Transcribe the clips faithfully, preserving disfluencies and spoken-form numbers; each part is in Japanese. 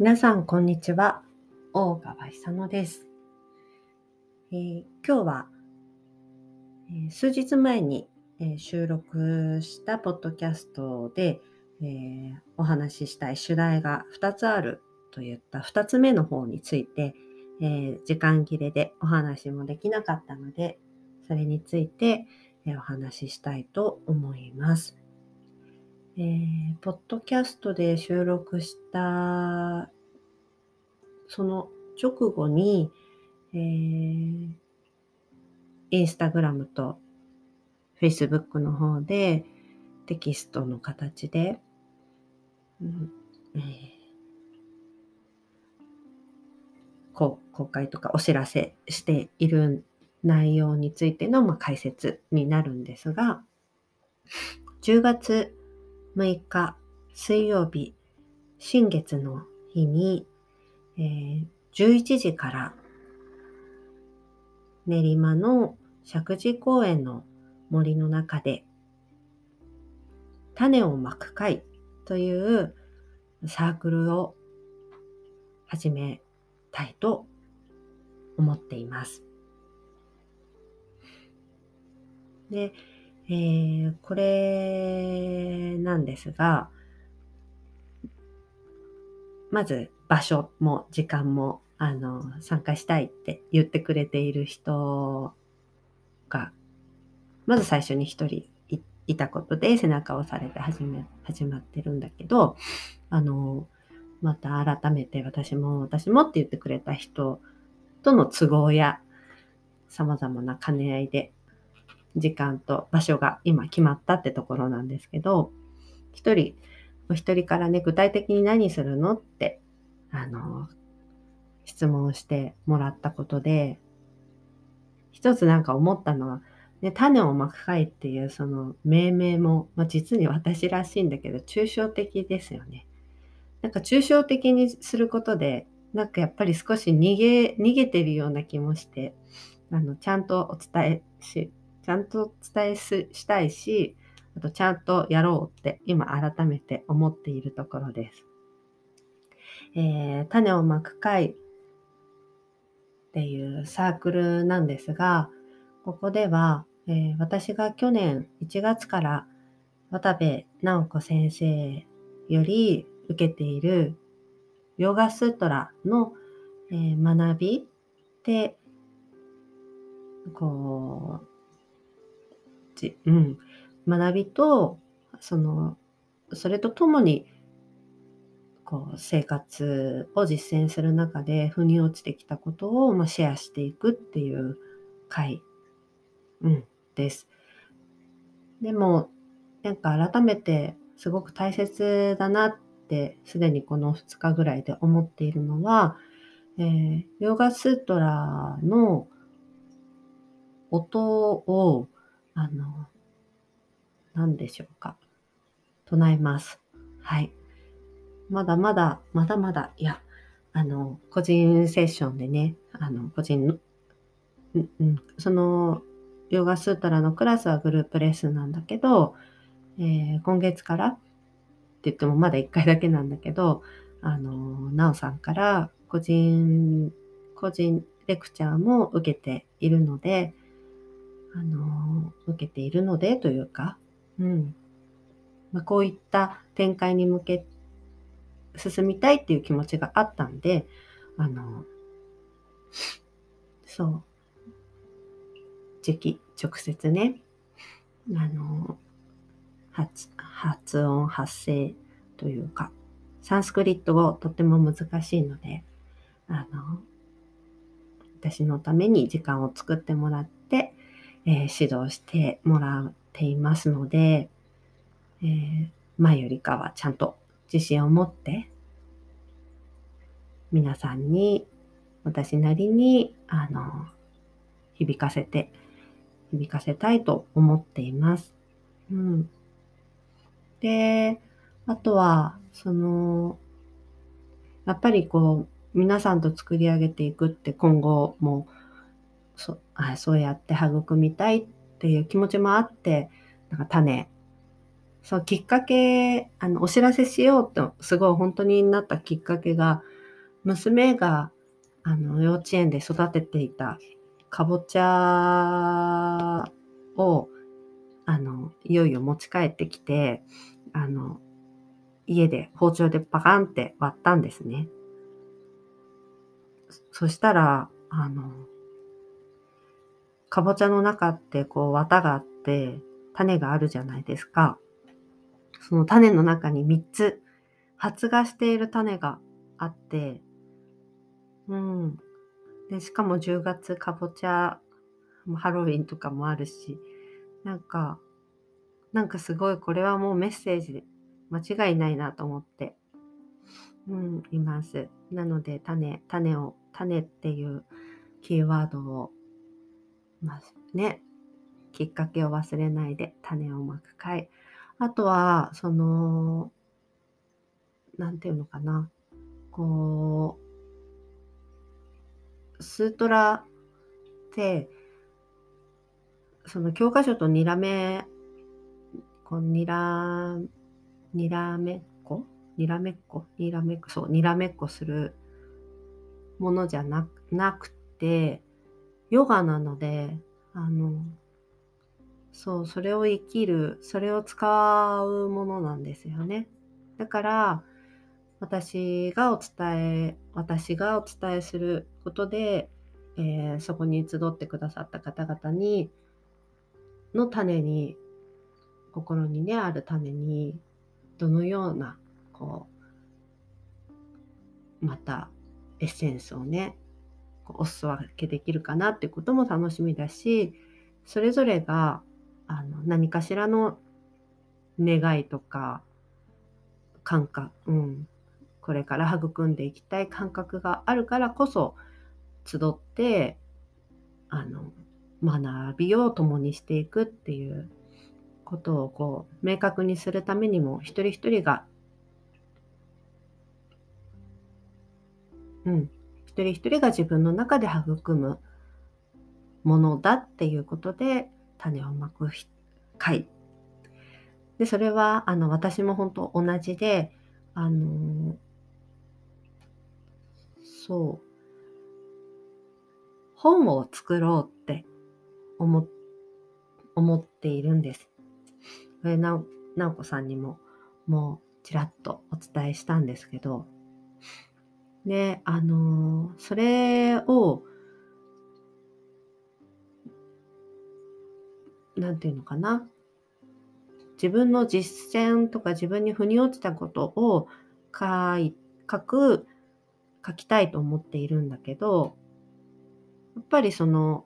皆さん、こんにちは。大川久乃です。えー今日は、えー数日前に、えー収録したポッドキャストで、えーお話ししたい主題がふたつあるといったふたつめの方について、えー時間切れでお話もできなかったので、それについて、えーお話ししたいと思います。えーポッドキャストで収録したその直後に、えー、インスタグラムとフェイスブックの方でテキストの形で、うんえーこう公開とかお知らせしている内容についての、まあ、解説になるんですが、じゅうがつむいか水曜日、新月の日に、えーじゅういちじから練馬の石神井公園の森の中で種をまく会というサークルを始めたいと思っています。で、えーこれなんですが、まず場所も時間もあの参加したいって言ってくれている人がまず最初に一人いいたことで背中を押されて始め始まってるんだけど、あのまた改めて私も私もって言ってくれた人との都合や様々な兼ね合いで時間と場所が今決まったってところなんですけど、一人お一人からね、具体的に何するのってあの質問をしてもらったことで、一つなんか思ったのは、ね、種をまく会っていうその命名も、まあ、実に私らしいんだけど抽象的ですよね。なんか抽象的にすることで、なんかやっぱり少し逃げ逃げてるような気もして、あのちゃんとお伝えし、ちゃんと伝えすしたいし、あとちゃんとやろうって今改めて思っているところです。えー種をまく会っていうサークルなんですが、ここでは、えー私が去年いちがつから渡部直子先生より受けているヨガスートラの、えー学びで、こう、じうん、学びと、その、それとともに、こう、生活を実践する中で、腑に落ちてきたことを、まあ、シェアしていくっていう回、うん、です。でも、なんか改めてすごく大切だなって、すでにこのふつかぐらいで思っているのは、えーヨガスートラの音を、あの、何でしょうか、唱えます。はい。まだまだ、まだまだ、いや、あの、個人セッションでね、あの、個人の、うんうん、その、ヨガスートラのクラスはグループレッスンなんだけど、えー今月からって言ってもまだいっかいだけなんだけど、あの、なおさんから個人、個人レクチャーも受けているので、あの、受けているのでというか、うん。まあ、こういった展開に向け進みたいっていう気持ちがあったんで、あの、そう、時期、直接ね、あの、発、発音、発声というか、サンスクリット語とても難しいので、あの、私のために時間を作ってもらって、えー指導してもらっていますので、えー前よりかはちゃんと自信を持って皆さんに私なりにあの響かせて響かせたいと思っています。うん、で、あとはそのやっぱりこう皆さんと作り上げていくって今後もそあそうやって育みたいっていう気持ちもあって、なんか種そう、きっかけ、あの、お知らせしようと、すごい本当になったきっかけが、娘が、あの、幼稚園で育てていたかぼちゃを、あの、いよいよ持ち帰ってきて、あの、家で包丁でパカンって割ったんですね。そしたら、あの、かぼちゃの中ってこう綿があって、種があるじゃないですか。その種の中にみっつ発芽している種があって、うん。で、しかもじゅうがつかぼちゃ、ハロウィンとかもあるし、なんか、なんかすごいこれはもうメッセージで間違いないなと思って、うん、います。なので、種、種を、種っていうキーワードを、まあ、ね、きっかけを忘れないで種をまく会。あとは、その、なんていうのかな、こう、スートラって、その教科書とにらめ、こうにら、にらめっこにらめっこにらめっこ、そう、にらめっこするものじゃなくなくて、ヨガなので、あの、そう、それを生きる、それを使うものなんですよね。だから、私がお伝え、私がお伝えすることで、えーそこに集ってくださった方々に、の種に、心にね、ある種に、どのような、こう、またエッセンスをね、こうお裾分けできるかなっていうことも楽しみだし、それぞれが、あの、何かしらの願いとか、感覚、うん、これから育んでいきたい感覚があるからこそ、集って、あの、学びを共にしていくっていうことをこう明確にするためにも、一人一人が、うん、一人一人が自分の中で育むものだっていうことで種をまく会で、それはあの私も本当同じで、あのそう本を作ろうって思思っているんです。これなおなおこさんにももうちらっとお伝えしたんですけど、で、あのそれをなんていうのかな、自分の実践とか自分に腑に落ちたことを書い書く書きたいと思っているんだけど、やっぱりその、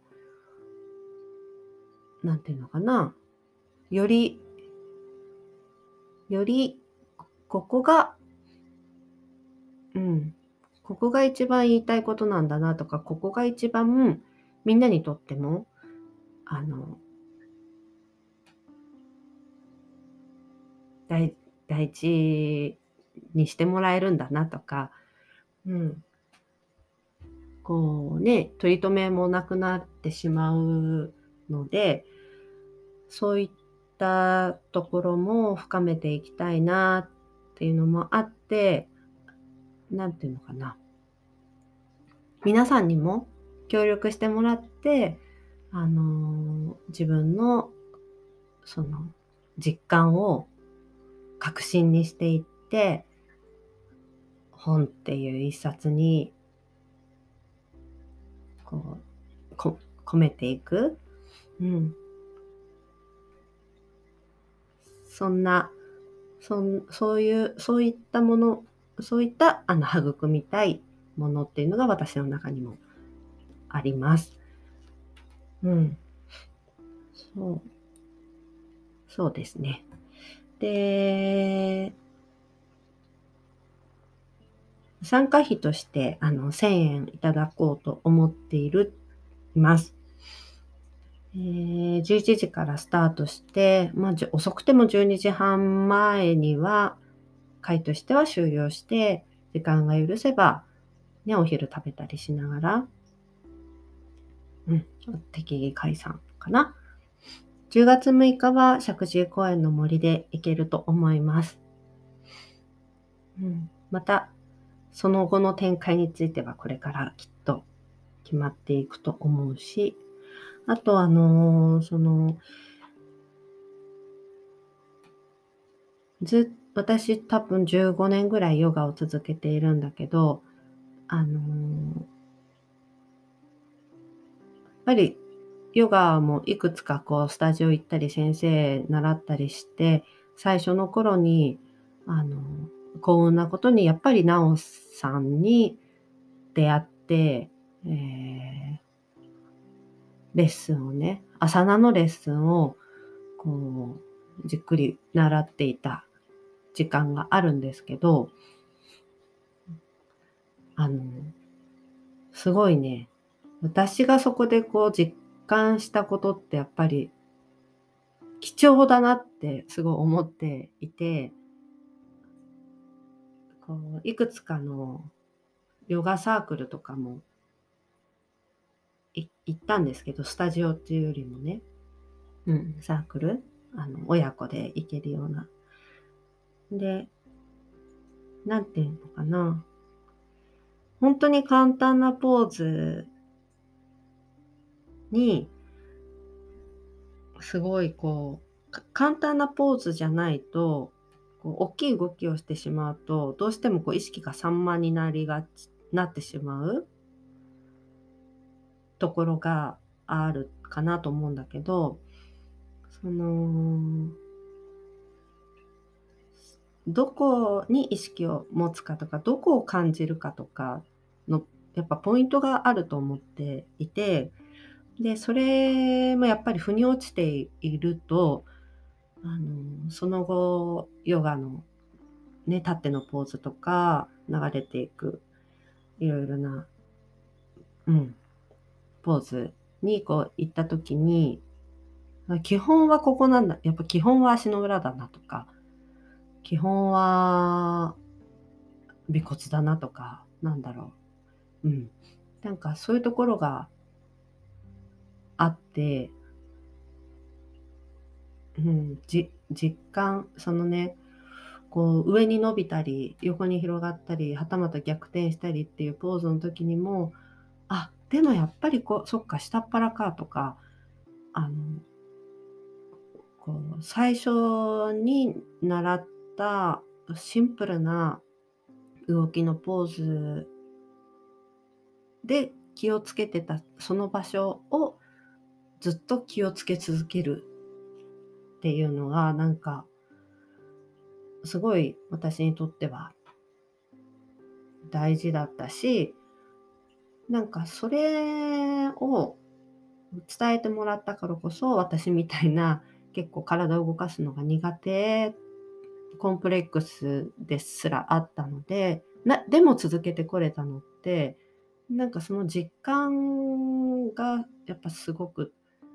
なんていうのかな、よりより、ここが、うん、ここが一番言いたいことなんだなとか、ここが一番みんなにとっても、あの、大大事にしてもらえるんだなとか、うん、こうね、取り留めもなくなってしまうので、そういったところも深めていきたいなっていうのもあって、なんていうのかな。皆さんにも協力してもらって、あの、自分のその実感を確信にしていって、本っていう一冊にこう、こ込めていく。うん。そんな、そんそういう、そういったもの、そういったあの育みたいものっていうのが私の中にもあります。うん。そう、そうですね。で、参加費としてあのせんえんいただこうと思っているいます。えー、じゅういちじからスタートして、まあ、じゅ遅くてもじゅうにじはん前には会としては終了して、時間が許せば、ね、お昼食べたりしながら、うん、適宜解散かな。 じゅうがつむいかは石神井公園の森で行けると思います。うん、また、その後の展開についてはこれからきっと決まっていくと思うし、あとあのー、その、ず私多分じゅうごねんぐらいヨガを続けているんだけど、あのー、やっぱりヨガもいくつかこうスタジオ行ったり先生習ったりして、最初の頃に、あの、幸運なことにやっぱりナオさんに出会って、えー、レッスンをね、アサナのレッスンをこう、じっくり習っていた時間があるんですけど、あの、すごいね、私がそこでこう実感したことってやっぱり貴重だなってすごい思っていて、こういくつかのヨガサークルとかもい行ったんですけど、スタジオっていうよりもね、うん、サークル、あの親子で行けるような。で、なんていうのかな、本当に簡単なポーズに、すごいこう、簡単なポーズじゃないと、こう大きい動きをしてしまうと、どうしてもこう意識が散漫になりがち、なってしまうところがあるかなと思うんだけど、その、どこに意識を持つかとか、どこを感じるかとかの、やっぱポイントがあると思っていて、で、それもやっぱり腑に落ちていると、あの、その後、ヨガのね、立ってのポーズとか、流れていく、いろいろな、うん、ポーズにこう行った時に、基本はここなんだ。やっぱ基本は足の裏だなとか、基本は尾骨だなとか、なんだろう。うん。なんかそういうところがあって、うん、じ、実感、そのね、こう上に伸びたり、横に広がったり、はたまた逆転したりっていうポーズの時にも、あ、でもやっぱりこう、そっか、下っ腹かとか、あの、こう、最初に習ったシンプルな動きのポーズで気をつけてたその場所をずっと気をつけ続けるっていうのがなんかすごい私にとっては大事だったし、なんかそれを伝えてもらったからこそ私みたいな結構体を動かすのが苦手、コンプレックスですらあったので、なでも続けてこれたのって、なんかその実感がやっぱすごく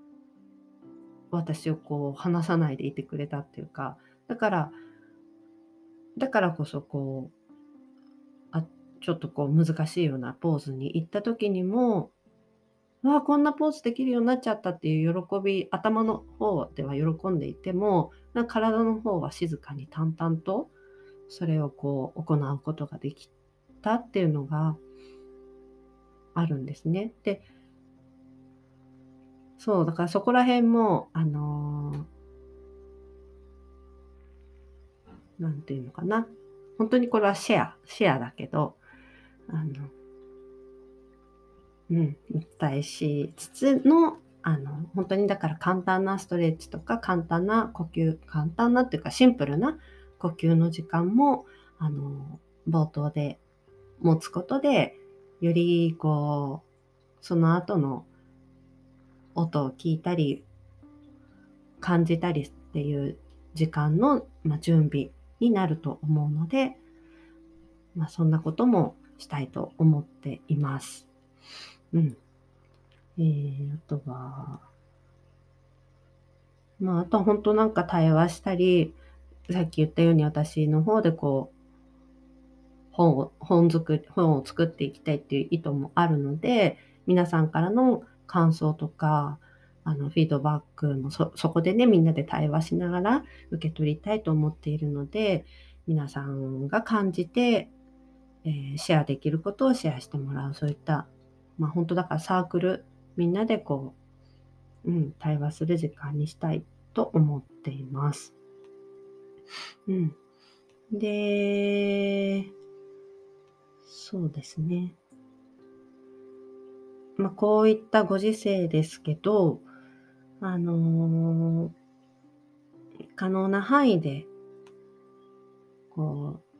私をこう離さないでいてくれたっていうか、だからだからこそこう、あ、ちょっとこう難しいようなポーズに行った時にも、わあ、こんなポーズできるようになっちゃったっていう喜び、頭の方では喜んでいても、なんか体の方は静かに淡々とそれをこう行うことができたっていうのがあるんですね。で、そう、だからそこら辺も、あのー、なんていうのかな。本当にこれはシェア、シェアだけど、あの、うん、お伝えしつつの、あの、本当にだから簡単なストレッチとか、簡単な呼吸、簡単なっていうかシンプルな呼吸の時間も、あの、冒頭で持つことで、よりこう、その後の音を聞いたり、感じたりっていう時間の、まあ、準備になると思うので、まあ、そんなこともしたいと思っています。うん。えー、あとは、まあ、あとは本当なんか対話したり、さっき言ったように私の方でこう、本を、本作り、本を作っていきたいっていう意図もあるので、皆さんからの感想とか、 あのフィードバックも そ, そこでねみんなで対話しながら受け取りたいと思っているので、皆さんが感じて、えー、シェアできることをシェアしてもらう、そういった、まあ本当だからサークル、みんなでこう、うん、対話する時間にしたいと思っています。うん、で、そうですね。まあこういったご時世ですけど、あのー、可能な範囲でこ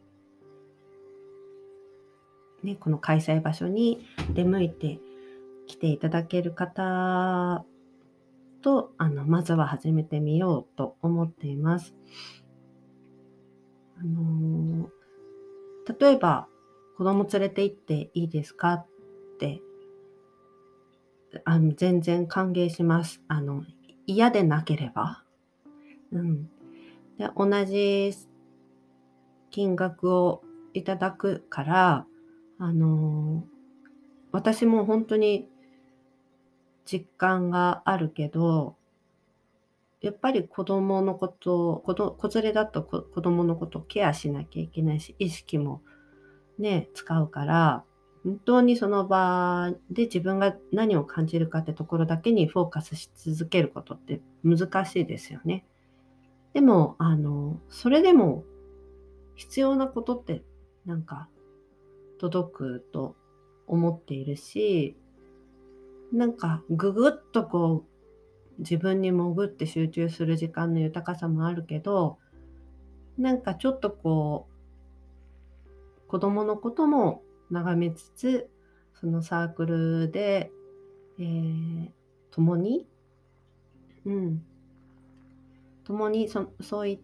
う、ね、この開催場所に出向いて来ていただける方と、あの、まずは始めてみようと思っています。あのー、例えば、子供連れて行っていいですかって、あの、全然歓迎します。あの、嫌でなければ。うん。で、同じ金額をいただくから、あのー、私も本当に実感があるけど、やっぱり子供のことを、子ど子連れだと子子供のことをケアしなきゃいけないし、意識もね、使うから、本当にその場で自分が何を感じるかってところだけにフォーカスし続けることって難しいですよね。でも、あの、それでも必要なことってなんか届くと思っているし、なんかぐぐっとこう自分に潜って集中する時間の豊かさもあるけど、なんかちょっとこう子供のことも眺めつつ、そのサークルで、えー、共に、うん、共にそそういった、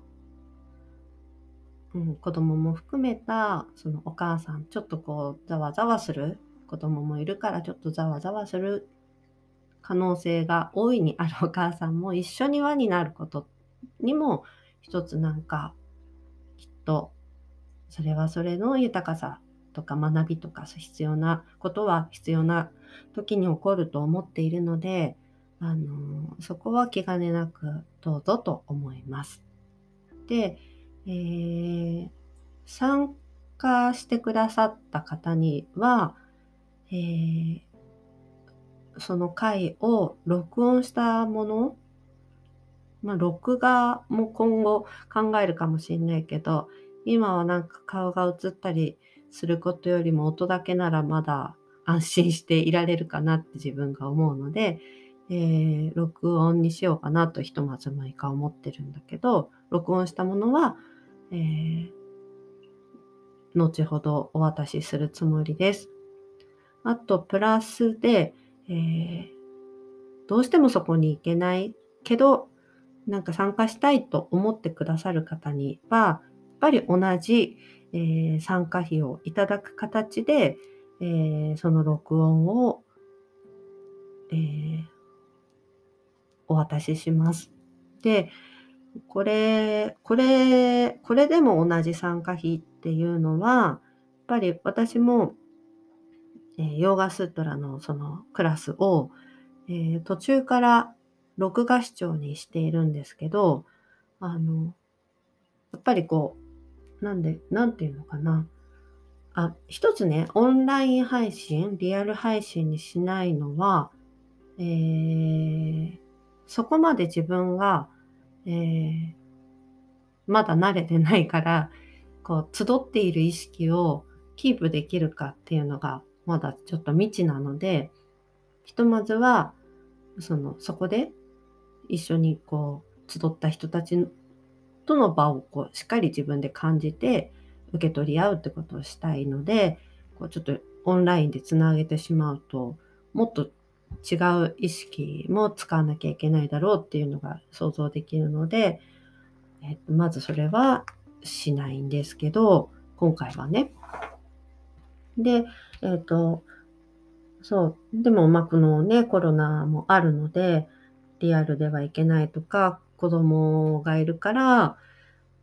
うん、子供も含めたそのお母さん、ちょっとこうざわざわする子供もいるから、ちょっとざわざわする可能性が大いにあるお母さんも一緒に輪になることにも一つなんかきっとそれはそれの豊かさとか学びとか必要なことは必要な時に起こると思っているので、あのそこは気兼ねなくどうぞと思います。で、えー、参加してくださった方には、えー、その回を録音したもの、まあ、録画も今後考えるかもしれないけど、今はなんか顔が映ったりすることよりも音だけならまだ安心していられるかなって自分が思うので、えー、録音にしようかなとひとまず毎回思ってるんだけど、録音したものは、えー、後ほどお渡しするつもりです。あと、プラスで、えー、どうしてもそこに行けないけど、なんか参加したいと思ってくださる方には、やっぱり同じ、えー、参加費をいただく形で、えー、その録音を、えー、お渡しします。で、これ、これ、これでも同じ参加費っていうのは、やっぱり私も、えー、ヨーガスートラのそのクラスを、えー、途中から録画視聴にしているんですけど、あの、やっぱりこう、なんで、なんていうのかな。あ、一つね、オンライン配信、リアル配信にしないのは、えー、そこまで自分が、えー、まだ慣れてないから、こう、集っている意識をキープできるかっていうのが、まだちょっと未知なので、ひとまずは、その、そこで一緒にこう、集った人たちとの場をこうしっかり自分で感じて受け取り合うってことをしたいので、こうちょっとオンラインでつなげてしまうと、もっと違う意識も使わなきゃいけないだろうっていうのが想像できるので、えっと、まずそれはしないんですけど、今回はね。で、えっと、そう、でもまあこのね、コロナもあるので、リアルではいけないとか、子供がいるから、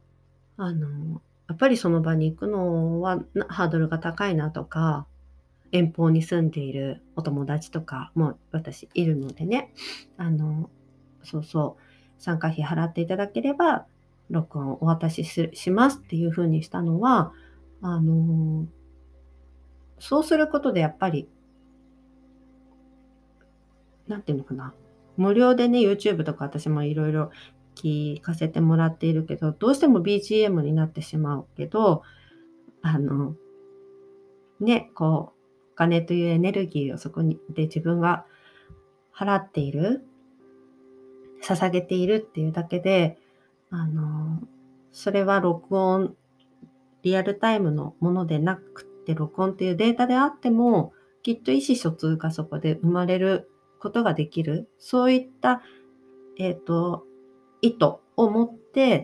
あの、やっぱりその場に行くのはなハードルが高いなとか、 遠方に住んでいるお友達とかも私いるのでね、あの、そうそう、参加費払っていただければ、録音お渡しししますっていうふうにしたのは、あの、そうすることでやっぱり、なんていうのかな、無料でね、YouTube とか私もいろいろ聞かせてもらっているけど、どうしても ビージーエム になってしまうけど、あの、ね、こう、お金というエネルギーをそこにで自分が払っている、捧げているっていうだけで、あの、それは録音、リアルタイムのものでなくて、録音っていうデータであっても、きっと意思疎通がそこで生まれることができる。そういった、えっと、意図を持って、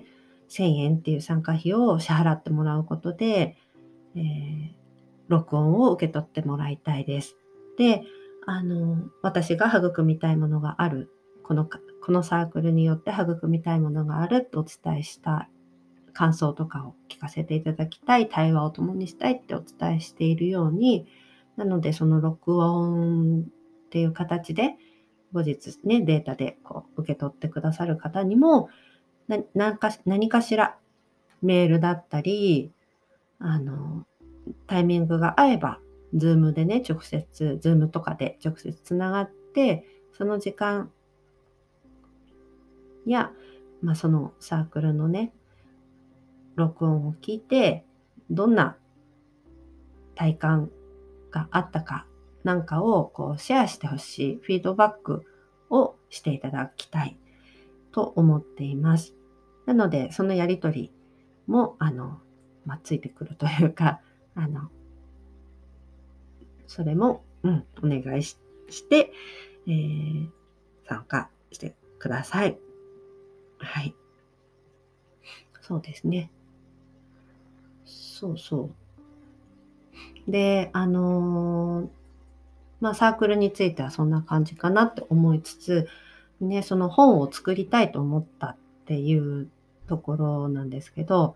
せんえんっていう参加費を支払ってもらうことで、えー録音を受け取ってもらいたいです。で、あの、私が育みたいものがある。このか、このサークルによって育みたいものがあるとお伝えした感想とかを聞かせていただきたい、対話を共にしたいってお伝えしているように、なのでその録音っていう形で、後日ね、データでこう受け取ってくださる方にも、な何か何かしらメールだったり、あの、タイミングが合えば、ズームでね、直接、ズームとかで直接つながって、その時間や、まあ、そのサークルのね、録音を聞いて、どんな体感があったかなんかをこうシェアしてほしい、フィードバックをしていただきたいと思っています。なので、そのやりとりも、あの、まあ、ついてくるというか、あの、それも、うん、お願いしして、えー参加してください。はい。そうですね。そうそう。で、あのーまあ、サークルについてはそんな感じかなって思いつつ、ね、その本を作りたいと思ったっていうところなんですけど、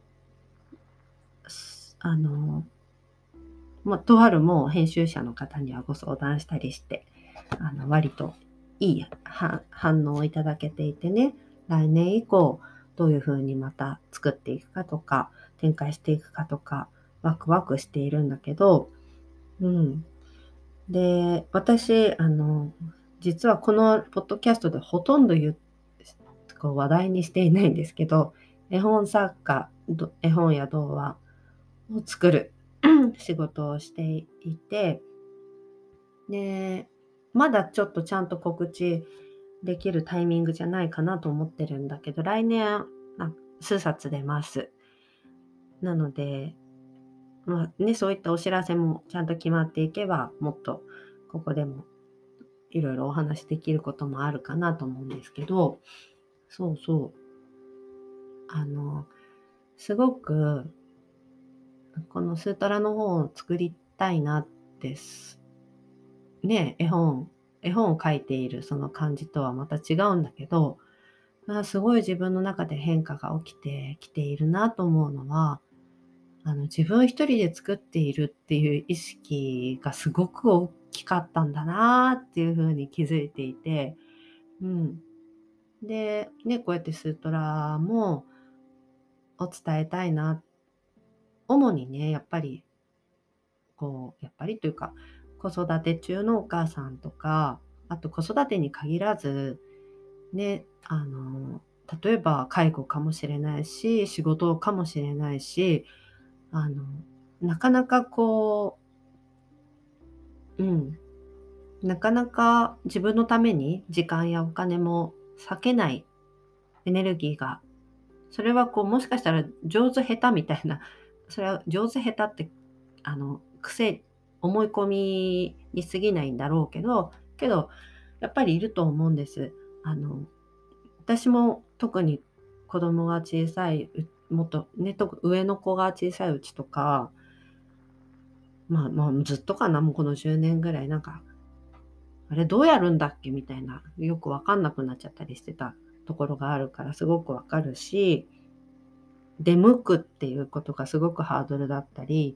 すあのまあ、とあるもう編集者の方にはご相談したりして、あの、割といいは反応をいただけていてね、来年以降、どういう風にまた作っていくかとか、展開していくかとか、ワクワクしているんだけど、うん。で、私、あの、実はこのポッドキャストでほとんど言うこう話題にしていないんですけど、絵本作家、ど絵本や童話を作る仕事をしていて、で、まだちょっとちゃんと告知できるタイミングじゃないかなと思ってるんだけど、来年、あ数冊出ます。なので、まあね、そういったお知らせもちゃんと決まっていけば、もっとここでもいろいろお話しできることもあるかなと思うんですけど、そうそう。あの、すごく、このスートラの本を作りたいなってす、ね、絵本、絵本を書いているその感じとはまた違うんだけど、まあ、すごい自分の中で変化が起きてきているなと思うのは、あの、自分一人で作っているっていう意識がすごく大きかったんだなっていう風に気づいていて、うん。で、ね、こうやってスートラもを伝えたいな。主にね、やっぱり、こう、やっぱりというか、子育て中のお母さんとか、あと子育てに限らず、ね、あの、例えば介護かもしれないし、仕事かもしれないし、あの、なかなかこう、うん、なかなか自分のために時間やお金も割けないエネルギーが、それはこうもしかしたら上手下手みたいな、それは上手下手って、あの、癖、思い込みに過ぎないんだろうけど、けど、やっぱりいると思うんです。あの、私も特に子供が小さい、うもっとね、と上の子が小さいうちとか、まあ、もうずっとかな、もうこのじゅうねんぐらいなんか、あれどうやるんだっけみたいな、よくわかんなくなっちゃったりしてたところがあるからすごくわかるし、出向くっていうことがすごくハードルだったり、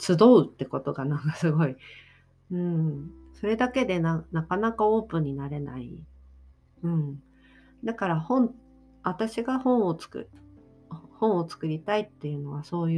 集うってことがなんかすごい、うん、それだけでな、なかなかオープンになれない。うん。だから本、私が本を作る、本を作りたいっていうのはそういう、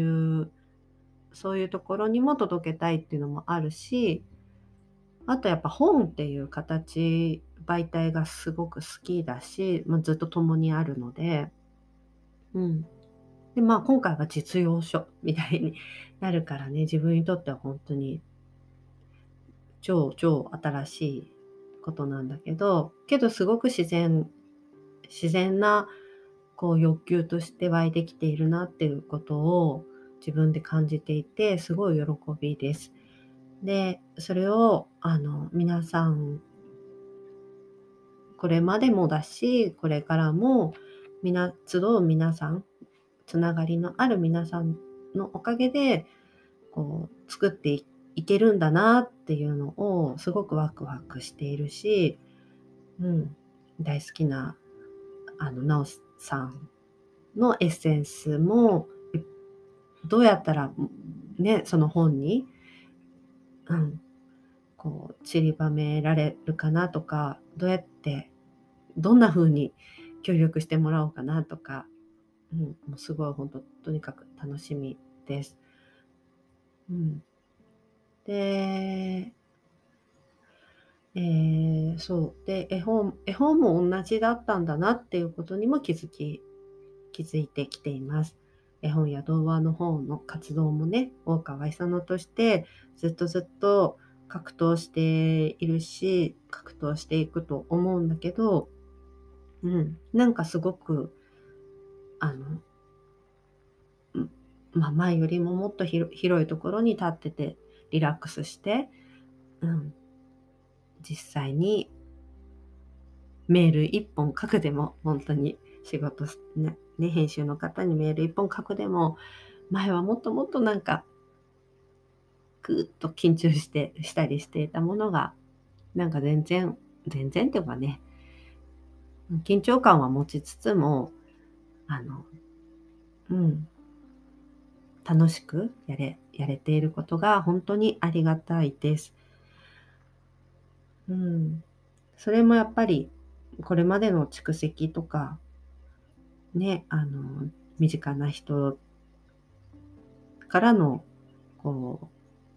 そういうところにも届けたいっていうのもあるし、あとやっぱ本っていう形、媒体がすごく好きだし、まあ、ずっと共にあるので、うん。で、まあ今回は実用書みたいになるからね、自分にとっては本当に超超新しいことなんだけど、けどすごく自然、自然なこう欲求として湧いてきているなっていうことを自分で感じていて、すごい喜びです。で、それをあの皆さん、これまでもだし、これからもみな集う皆さん、つながりのある皆さんのおかげでこう作っていいけるんだなっていうのをすごくワクワクしているし、うん、大好きなあのなおさんのエッセンスもどうやったらね、その本に、うん、こう散りばめられるかなとか、どうやってどんな風に協力してもらおうかなとか、うん、もうすごい本当とにかく楽しみです。うん、で、えー、そうで絵本絵本も同じだったんだなっていうことにも気づき気づいてきています。絵本や童話の方の活動もね、大川勇としてずっとずっと格闘しているし、格闘していくと思うんだけど、うん、なんかすごく、あの、まあ、前よりももっと広いところに立ってて、リラックスして、うん、実際にメール一本書くでも、本当に仕事ね、ね、編集の方にメール一本書くでも、前はもっともっとなんか、ぐーっと緊張してしたりしていたものが、なんか全然、全然っていうかね、緊張感は持ちつつも、あの、うん、楽しくやれ、やれていることが本当にありがたいです。うん。それもやっぱり、これまでの蓄積とか、ね、あの、身近な人からの、こ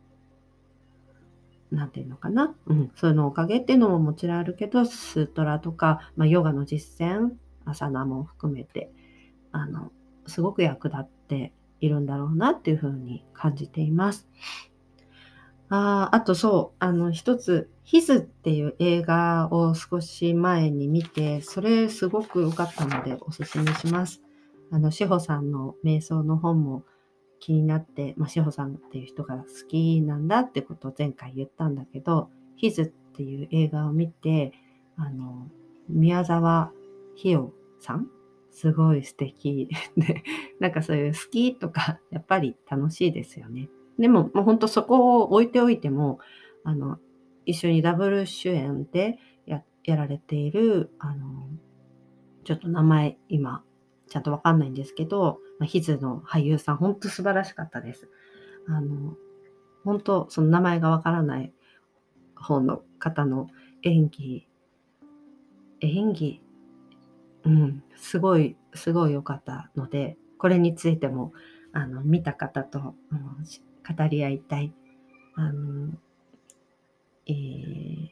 う、なんていうのかな。うん。そのおかげっていうのももちろんあるけど、スートラとか、まあ、ヨガの実践、アサナも含めて、あの、すごく役立っているんだろうなっていうふうに感じています。ああ、あとそう、あの、一つ、ヒズっていう映画を少し前に見て、それすごく良かったのでお勧めします。あの、志保さんの瞑想の本も気になって、まあ、志保さんっていう人が好きなんだってことを前回言ったんだけど、ヒズっていう映画を見て、あの、宮沢ひよさんすごい素敵で、なんかそういう好きとか、やっぱり楽しいですよね。でも、もう本当そこを置いておいても、あの、一緒にダブル主演でややられている、あの、ちょっと名前今、ちゃんとわかんないんですけど、まあ、ヒズの俳優さん、本当素晴らしかったです。あの、本当その名前がわからない方の方の演技、演技、うん、すごい、すごい良かったので、これについても、あの、見た方と、うん、語り合いたい。あの、えー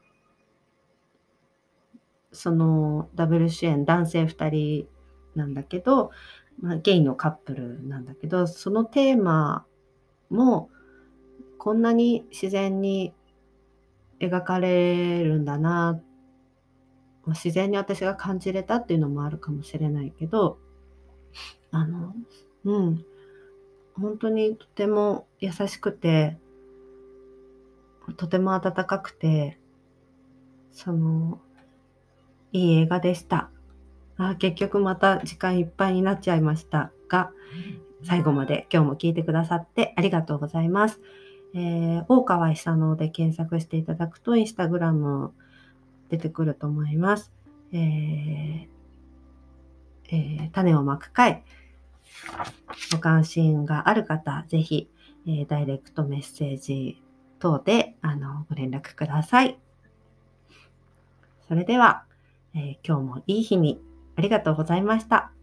そのダブル主演、男性ふたりなんだけど、まあ、ゲイのカップルなんだけど、そのテーマもこんなに自然に描かれるんだな、まあ、自然に私が感じれたっていうのもあるかもしれないけど、あの、うん、本当にとても優しくて、とても温かくて、その、いい映画でした。あ、結局また時間いっぱいになっちゃいましたが、最後まで今日も聞いてくださってありがとうございます。えー、大川久野で検索していただくとインスタグラム出てくると思います。えーえー種をまく会、ご関心がある方、ぜひ、 えーダイレクトメッセージ等であのご連絡ください。それでは、えー今日もいい日にありがとうございました。